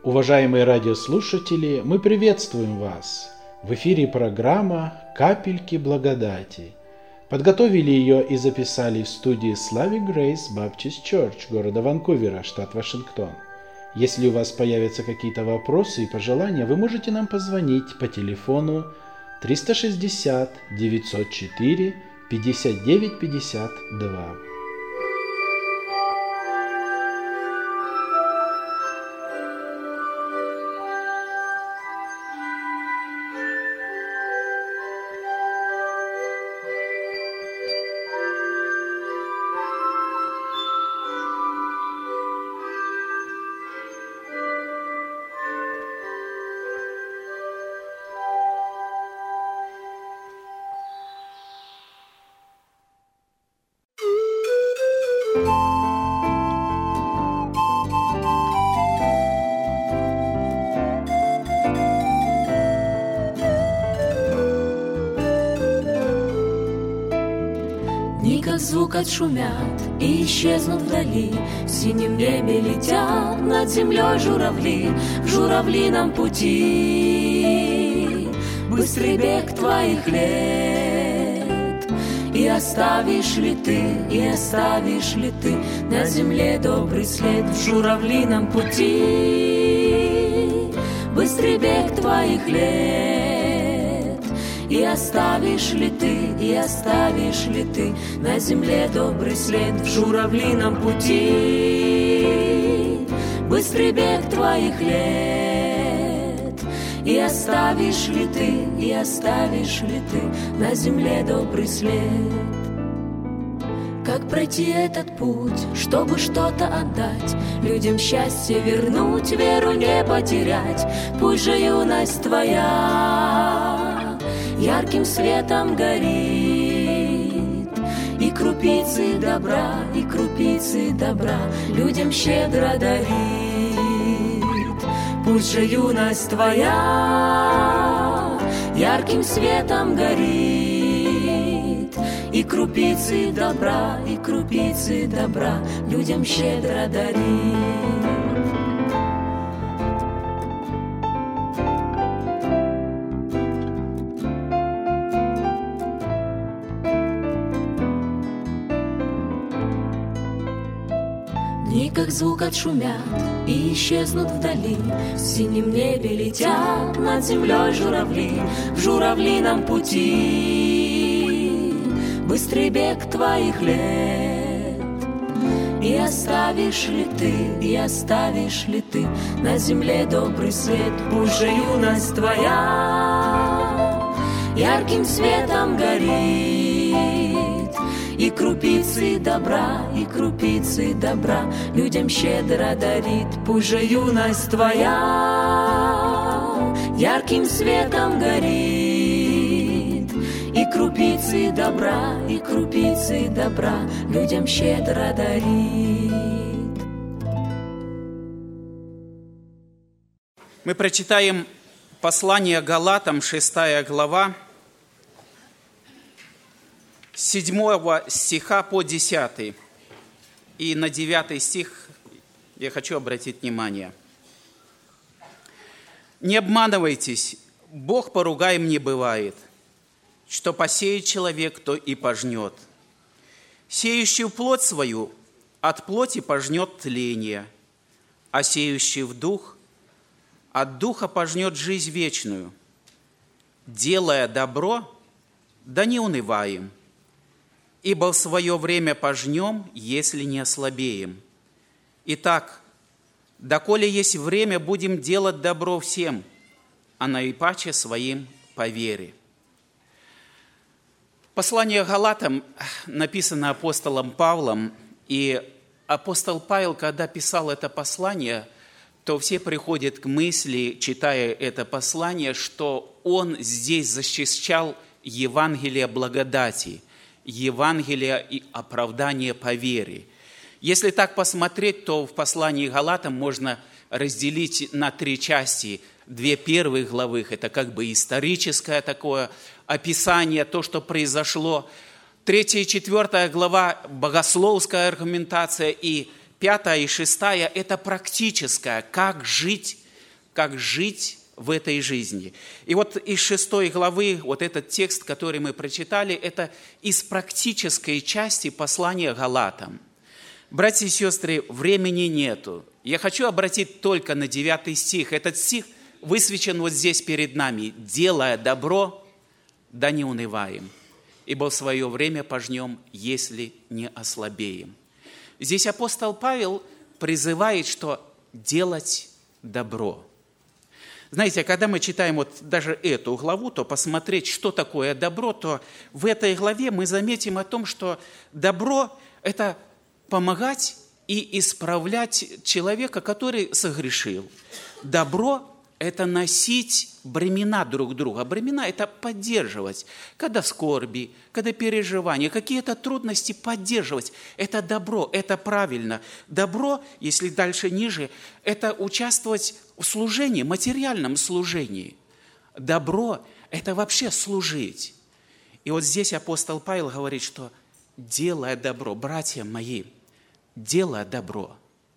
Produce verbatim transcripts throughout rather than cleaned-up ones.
Уважаемые радиослушатели, мы приветствуем вас! В эфире программа «Капельки благодати». Подготовили ее и записали в студии Slavic Grace Baptist Church города Ванкувера, штат Вашингтон. Если у вас появятся какие-то вопросы и пожелания, вы можете нам позвонить по телефону триста шестьдесят девятьсот четыре пятьдесят девять пятьдесят два. Звук отшумят и исчезнут вдали, в синем небе летят над землей журавли, в журавлином пути. Быстрый бег твоих лет, и оставишь ли ты, и оставишь ли ты на земле добрый след в журавлином пути. Быстрый бег твоих лет, и оставишь ли ты, и оставишь ли ты на земле добрый след в журавлином пути. Быстрый бег твоих лет, и оставишь ли ты, и оставишь ли ты на земле добрый след. Как пройти этот путь, чтобы что-то отдать, людям счастье вернуть, веру не потерять? Пусть же юность твоя ярким светом горит, и крупицы добра, и крупицы добра людям щедро дарит. Пусть же юность твоя ярким светом горит, и крупицы добра, и крупицы добра людям щедро дарит. Как звук отшумят и исчезнут вдали, в синем небе летят над землей журавли, в журавлином пути. Быстрый бег твоих лет, и оставишь ли ты, и оставишь ли ты на земле добрый свет? Пусть же юность твоя ярким светом горит, и крупицы добра, и крупицы добра людям щедро дарит. Пусть же юность твоя ярким светом горит, и крупицы добра, и крупицы добра людям щедро дарит. Мы прочитаем послание Галатам, шестая глава, с седьмого стиха по десятый. И на девятый стих я хочу обратить внимание. «Не обманывайтесь, Бог поругаем не бывает. Что посеет человек, то и пожнет. Сеющий в плоть свою от плоти пожнет тление, а сеющий в дух от духа пожнет жизнь вечную. Делая добро, да не унываем, ибо в свое время пожнем, если не ослабеем. Итак, доколе есть время, будем делать добро всем, а наипаче своим по вере». Послание Галатам написано апостолом Павлом, и апостол Павел, когда писал это послание, то все приходят к мысли, читая это послание, что он здесь защищал Евангелие благодати, Евангелие и оправдание по вере. Если так посмотреть, то в послании Галатам можно разделить на три части. Две первых главы – это как бы историческое такое описание, то, что произошло. Третья и четвертая глава – богословская аргументация. И пятая и шестая – это практическая, как жить как жить в этой жизни. И вот из шестой главы, вот этот текст, который мы прочитали, это из практической части послания Галатам. Братья и сестры, времени нету. Я хочу обратить только на девятый стих. Этот стих высвечен вот здесь перед нами. «Делая добро, да не унываем, ибо в свое время пожнем, если не ослабеем». Здесь апостол Павел призывает, что делать добро. Знаете, когда мы читаем вот даже эту главу, то посмотреть, что такое добро, то в этой главе мы заметим о том, что добро – это помогать и исправлять человека, который согрешил. Добро – это носить бремена друг друга. Бремена – это поддерживать. Когда скорби, когда переживания, какие-то трудности поддерживать. Это добро, это правильно. Добро, если дальше ниже, это участвовать в служении, материальном служении. Добро – это вообще служить. И вот здесь апостол Павел говорит, что делая добро, братья мои, делая добро,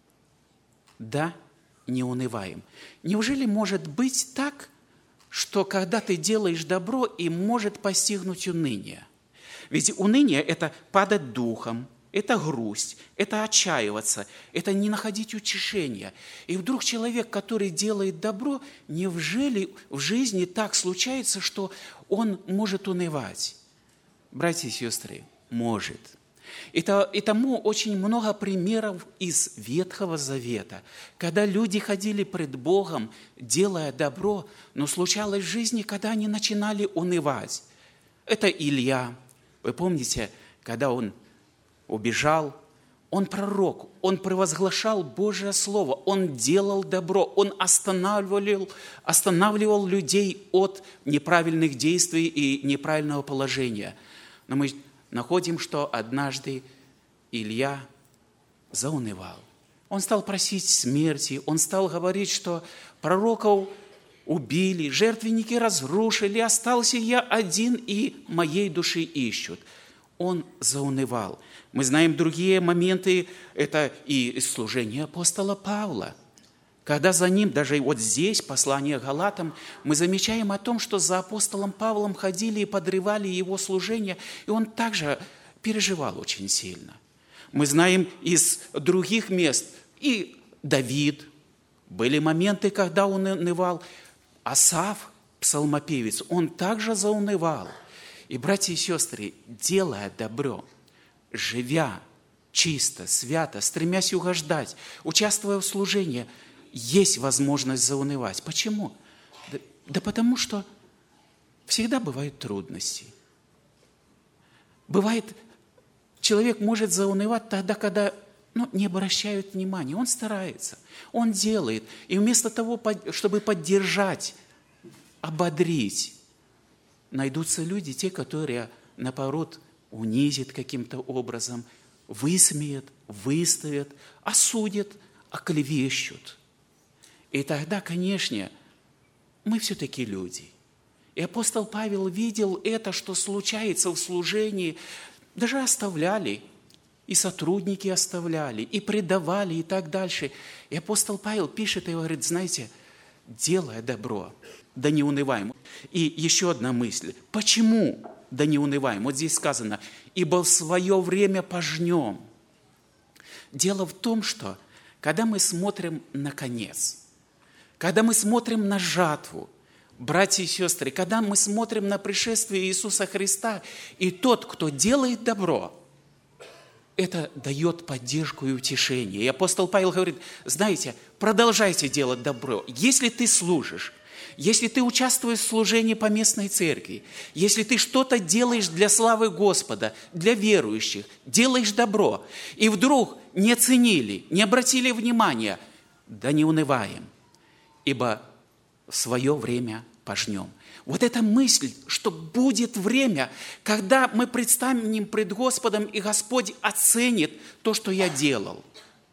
да, не унываем. Неужели может быть так, что когда ты делаешь добро, и может постигнуть уныние? Ведь уныние – это падать духом, это грусть, это отчаиваться, это не находить утешения. И вдруг человек, который делает добро, неужели в жизни так случается, что он может унывать? Братья и сестры, может. И тому очень много примеров из Ветхого Завета, когда люди ходили пред Богом, делая добро, но случалось в жизни, когда они начинали унывать. Это Илья. Вы помните, когда он убежал, он пророк, он провозглашал Божие Слово, он делал добро, он останавливал, останавливал людей от неправильных действий и неправильного положения. Но мы находим, что однажды Илья заунывал. Он стал просить смерти, он стал говорить, что пророков убили, жертвенники разрушили, остался я один, и моей души ищут. Он заунывал. Мы знаем другие моменты, это и служение апостола Павла. Когда за ним, даже вот здесь, послание Галатам, мы замечаем о том, что за апостолом Павлом ходили и подрывали его служение, и он также переживал очень сильно. Мы знаем из других мест, и Давид, были моменты, когда он унывал, Асаф, псалмопевец, он также заунывал. И, братья и сестры, делая добро, живя чисто, свято, стремясь угождать, участвуя в служении, есть возможность заунывать. Почему? Да, да потому что всегда бывают трудности. Бывает, человек может заунывать тогда, когда ну, не обращают внимания. Он старается, он делает. И вместо того, чтобы поддержать, ободрить, найдутся люди, те, которые, наоборот, унизят каким-то образом, высмеют, выставят, осудят, оклевещут. И тогда, конечно, мы все-таки люди. И апостол Павел видел это, что случается в служении. Даже оставляли, и сотрудники оставляли, и предавали, и так дальше. И апостол Павел пишет и говорит, знаете, делая добро, да не унываем. И еще одна мысль. Почему да не унываем? Вот здесь сказано, ибо в свое время пожнем. Дело в том, что когда мы смотрим на конец, когда мы смотрим на жатву, братья и сестры, когда мы смотрим на пришествие Иисуса Христа, и тот, кто делает добро, это дает поддержку и утешение. И апостол Павел говорит, знаете, продолжайте делать добро. Если ты служишь, если ты участвуешь в служении поместной церкви, если ты что-то делаешь для славы Господа, для верующих, делаешь добро, и вдруг не оценили, не обратили внимания, да не унываем, ибо в свое время пожнем. Вот эта мысль, что будет время, когда мы предстанем пред Господом, и Господь оценит то, что я делал.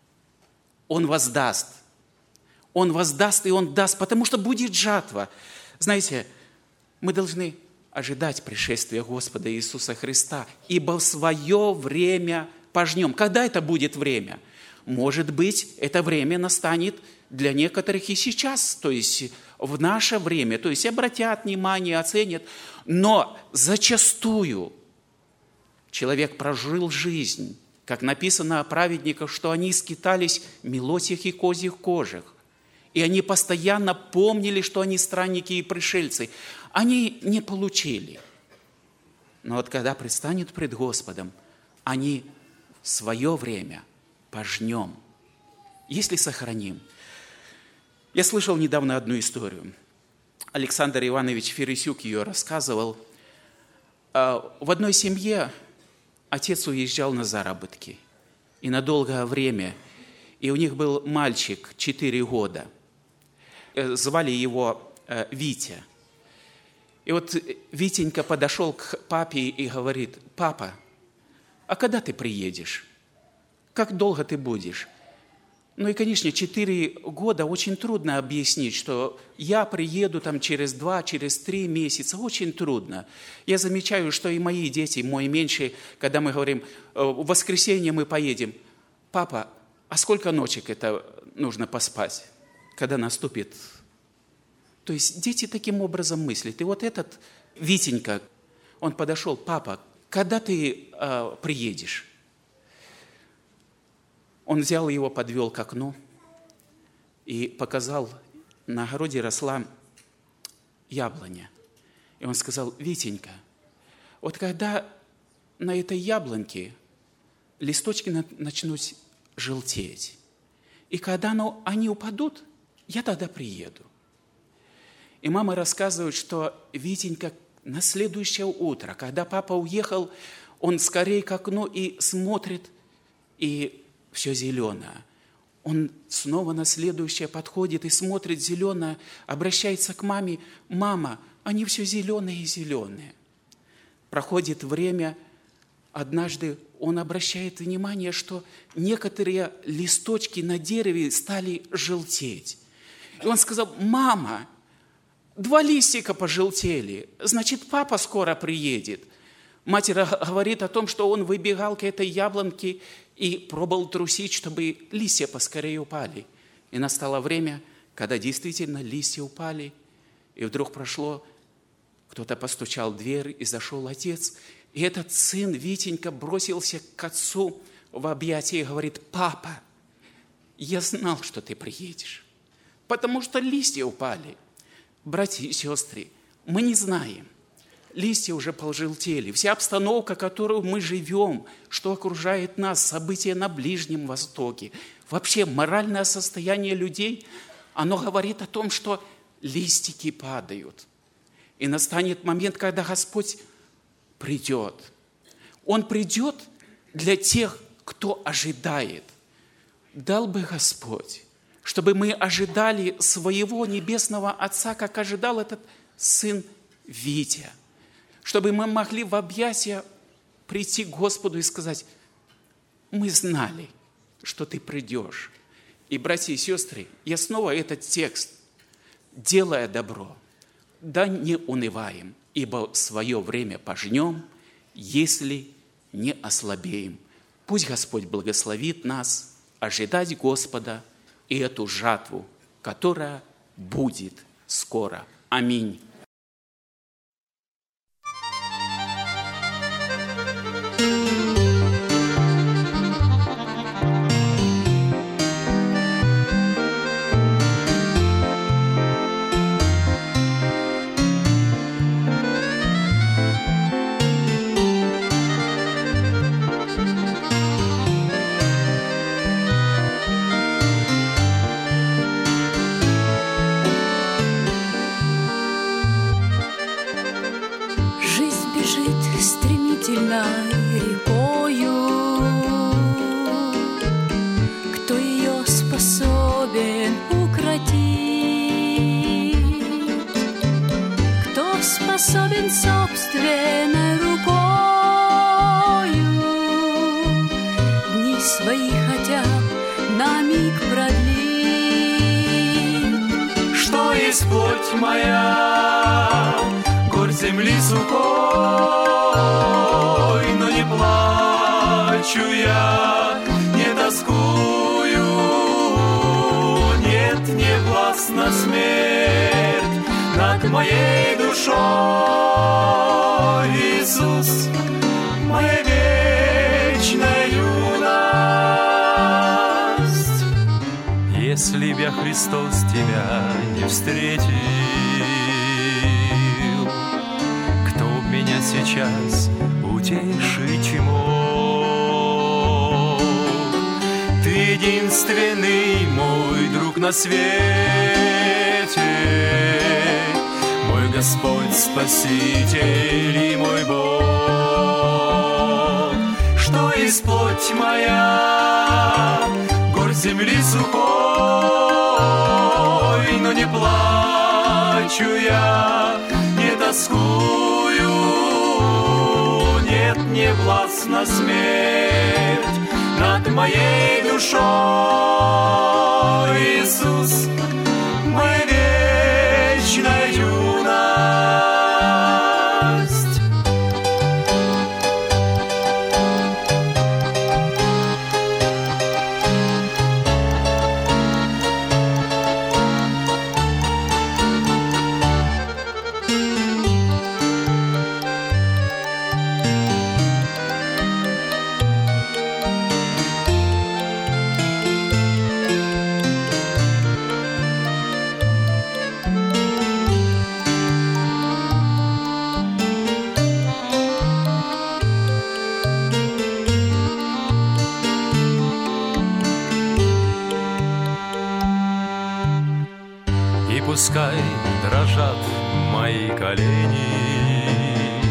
Он воздаст. Он воздаст, и Он даст, потому что будет жатва. Знаете, мы должны ожидать пришествия Господа Иисуса Христа, ибо в свое время пожнем. Когда это будет время? Может быть, это время настанет для некоторых и сейчас, то есть в наше время, то есть обратят внимание, оценят, но зачастую человек прожил жизнь, как написано о праведниках, что они скитались в мелосьях и козьих кожах, и они постоянно помнили, что они странники и пришельцы. Они не получили. Но вот когда предстанет пред Господом, они в свое время пожнем, если сохраним. Я слышал недавно одну историю. Александр Иванович Фересюк ее рассказывал. В одной семье отец уезжал на заработки. И на долгое время. И у них был мальчик, четыре года. Звали его Витя. И вот Витенька подошел к папе и говорит: папа, а когда ты приедешь? Как долго ты будешь? Ну и, конечно, четыре года очень трудно объяснить, что я приеду там через два, через три месяца. Очень трудно. Я замечаю, что и мои дети, мой меньший, когда мы говорим: в воскресенье мы поедем. Папа, а сколько ночек это нужно поспать, когда наступит? То есть дети таким образом мыслят. И вот этот Витенька, он подошел: папа, когда ты э, приедешь? Он взял его, подвел к окну и показал, на огороде росла яблоня. И он сказал: Витенька, вот когда на этой яблоньке листочки начнут желтеть, и когда оно, они упадут, я тогда приеду. И мама рассказывает, что Витенька на следующее утро, когда папа уехал, он скорее к окну и смотрит, и все зеленое. Он снова на следующее подходит и смотрит зеленое, обращается к маме: мама, они все зеленые и зеленые. Проходит время, однажды он обращает внимание, что некоторые листочки на дереве стали желтеть. И он сказал: мама, два листика пожелтели, значит, папа скоро приедет. Мать говорит о том, что он выбегал к этой яблоньке и пробовал трусить, чтобы листья поскорее упали. И настало время, когда действительно листья упали, и вдруг прошло, кто-то постучал в дверь, и зашел отец. И этот сын Витенька бросился к отцу в объятия и говорит: папа, я знал, что ты приедешь, потому что листья упали. Братья и сестры, мы не знаем. Листья уже пожелтели. Вся обстановка, в которой мы живем, что окружает нас, события на Ближнем Востоке, вообще моральное состояние людей, оно говорит о том, что листики падают. И настанет момент, когда Господь придет. Он придет для тех, кто ожидает. Дал бы Господь, чтобы мы ожидали своего небесного Отца, как ожидал этот сын Витя. Чтобы мы могли в объятия прийти к Господу и сказать: мы знали, что ты придешь. И, братья и сестры, я снова этот текст: делая добро, да не унываем, ибо в свое время пожнем, если не ослабеем. Пусть Господь благословит нас ожидать Господа и эту жатву, которая будет скоро. Аминь. рекою, кто ее способен укротить, кто способен собственной рукою дни свои хотя б на миг продлить. Что есть плоть моя, горь земли сухой, но не плачу я, не тоскую, нет властна смерть над моей душой. Иисус, моя вечная юность. Если б я, Христос, тебя не встретил, кто б меня сейчас утешить мог? Ты единственный мой друг на свете, мой Господь, Спаситель и мой Бог. Что есть плоть моя, горсть земли сухой, но не плачу я, не тоскую, нет, не властна смерть над моей душой. Иисус, моя вечная юность. Пускай дрожат мои колени,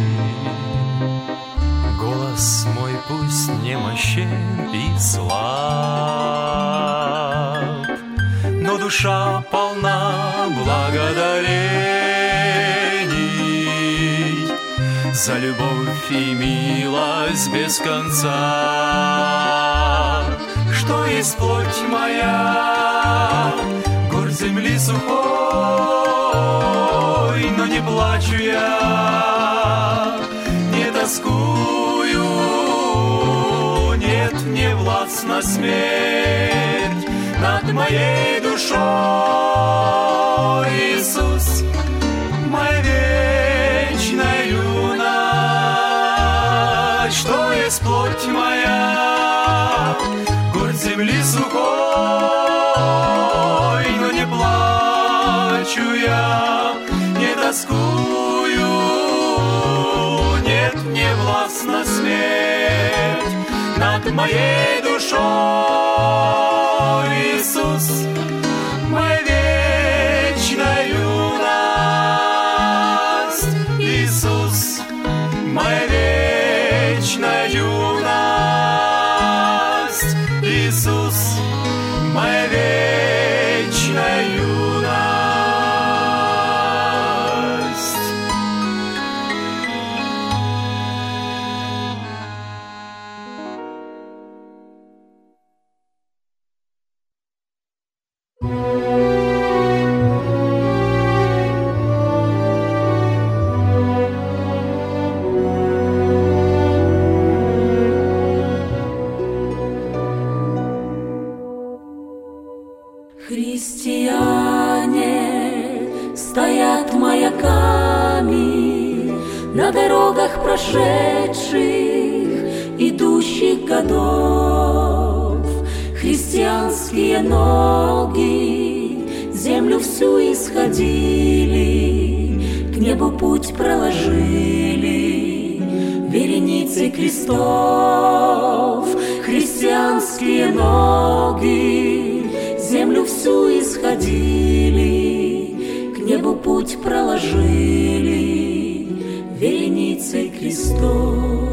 голос мой пусть немощен и слаб, но душа полна благодарений за любовь и милость без конца. Что есть плоть моя, горсть земли сухой, но не плачу я, не тоскую, нет, не властна смерть над моей душой. Иисус, моя вечная юность. Что есть плоть моя, горсть земли сухой, но не плачу я, не тоскую, нет, не властна смерть над моей душой. Иисус, моя вечная юность. Иисус, моя вечная юность. Иисус, моя вечная юность. Христиане стоят маяками на дорогах прошедших, идущих годов. Христианские ноги землю всю исходили, к небу путь проложили вереницей крестов. Христианские ноги землю всю исходили, к небу путь проложили вереницей крестов.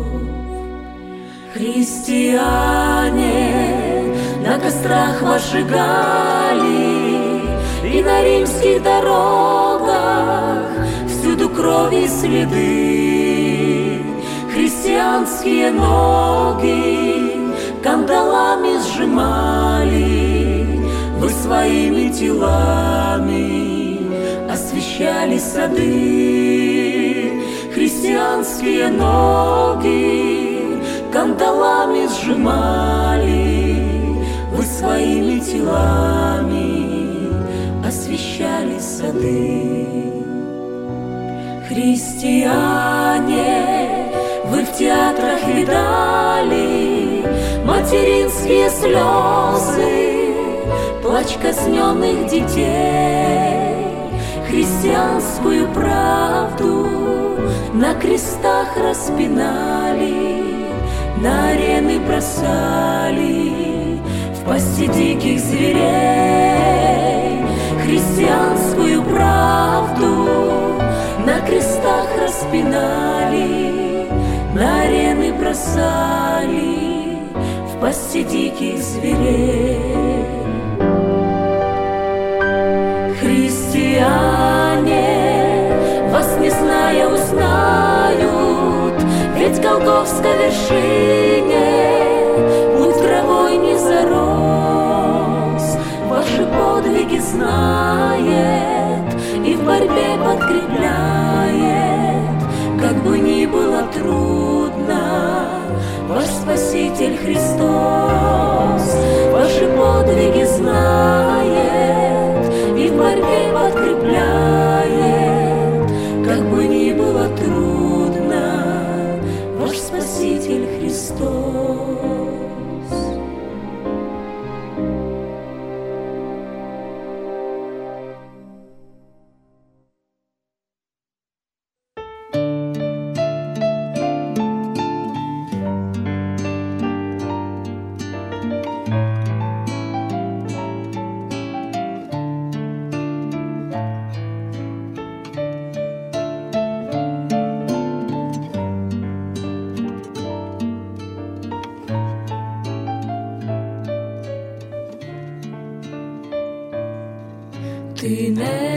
Христиане на кострах возжигали и на римских дорогах всюду крови следы. Христианские ноги кандалами сжимали, вы своими телами освещали сады. Христианские ноги кандалами сжимали, вы своими телами освещали прощались сады. Христиане, вы в театрах видали материнские слезы, плач казненных детей, христианскую правду на крестах распинали, на арены бросали, в пасти диких зверей. Христианскую правду на крестах распинали, на арены бросали, в пасти диких зверей. Христиане, вас не зная узнают, ведь Голгофской вершине путь травой не зарос. Ваши подвиги знает и в борьбе подкрепляет, как бы ни было трудно, ваш Спаситель Христос. Ваши подвиги знает и в борьбе подкрепляет, как бы ни было трудно, ваш Спаситель Христос. Ти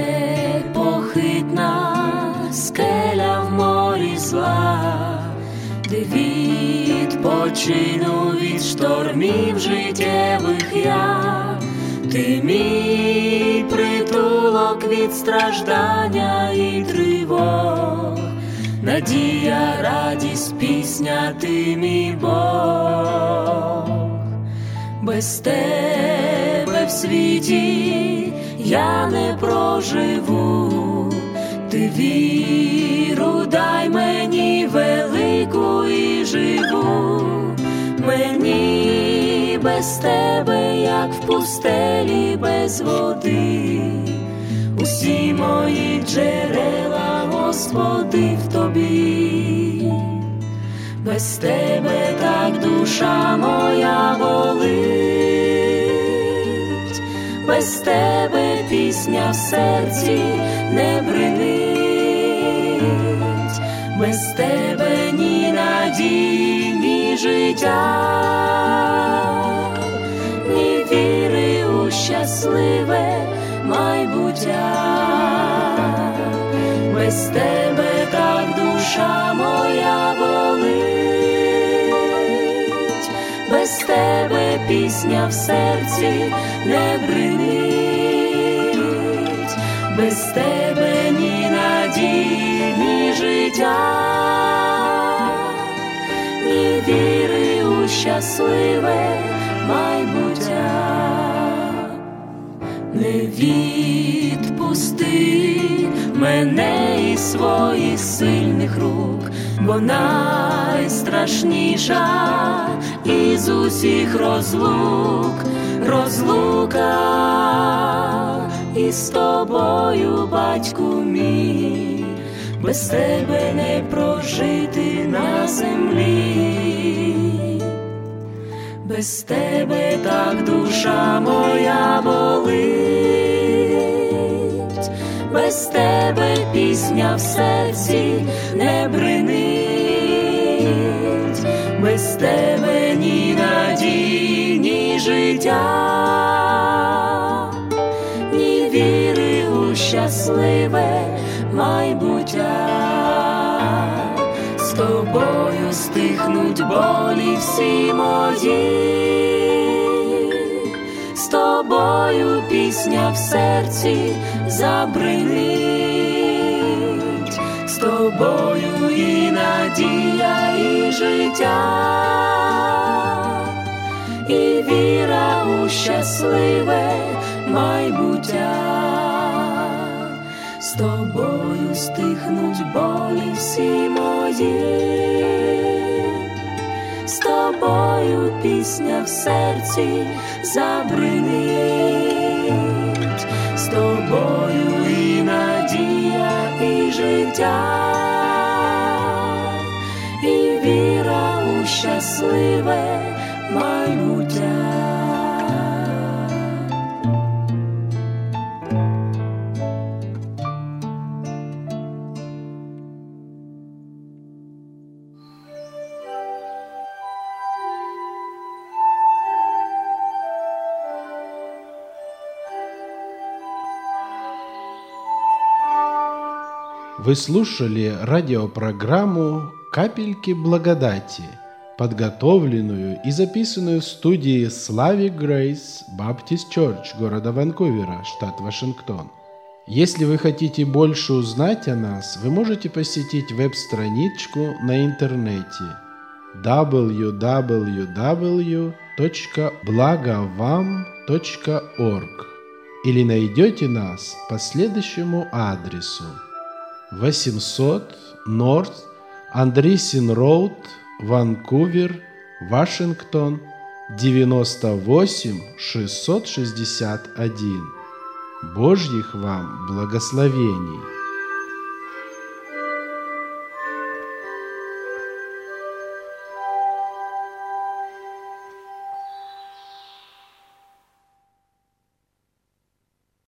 непохитна скеля в морі зла, де відпочину від штормів життєвих я. Ти мій притулок від страждання і тривог, надія, радість, пісня, ти мій Бог. Без тебе в світі я не проживу, ти віру дай мені велику і живу. Мені без тебе, як в пустелі без води, усі мої джерела, Господи, в тобі. Без тебе так душа моя болить, без тебе пісня в серці не бринить, без тебе ні надії, ні життя, ні віри у щасливе майбуття. Без тебе так душа моя болить, без тебе пісня в серці не бринить, без тебе ні надії, ні життя, ні віри у щасливе майбуття. Не відпусти мене із своїх сильних рук, бо найстрашніша із усіх розлук, розлука із тобою, батьку мій, без тебе не прожити на землі. Без тебе так душа моя болить, без тебе пісня в серці не бринить, без тебе ні надії, ні життя, ні віри у щасливе майбуття. З тобою стихнуть болі всі мої, з тобою пісня в серці забринить, з тобою і надія, і життя, і віра у щасливе майбуття. тобою стихнуть болі всі мої, з тобою пісня в серці забринить, з тобою і надія, і життя, і віра у щасливе майбуття. Вы слушали радиопрограмму «Капельки благодати», подготовленную и записанную в студии Slavic Grace Baptist Church города Ванкувера, штат Вашингтон. Если вы хотите больше узнать о нас, вы можете посетить веб-страничку на интернете дабл ю дабл ю дабл ю точка благовам точка орг или найдете нас по следующему адресу: восемьсот North Andreessen Road, Ванкувер, Вашингтон, девяносто восемь шестьсот шестьдесят один. Божьих вам благословений!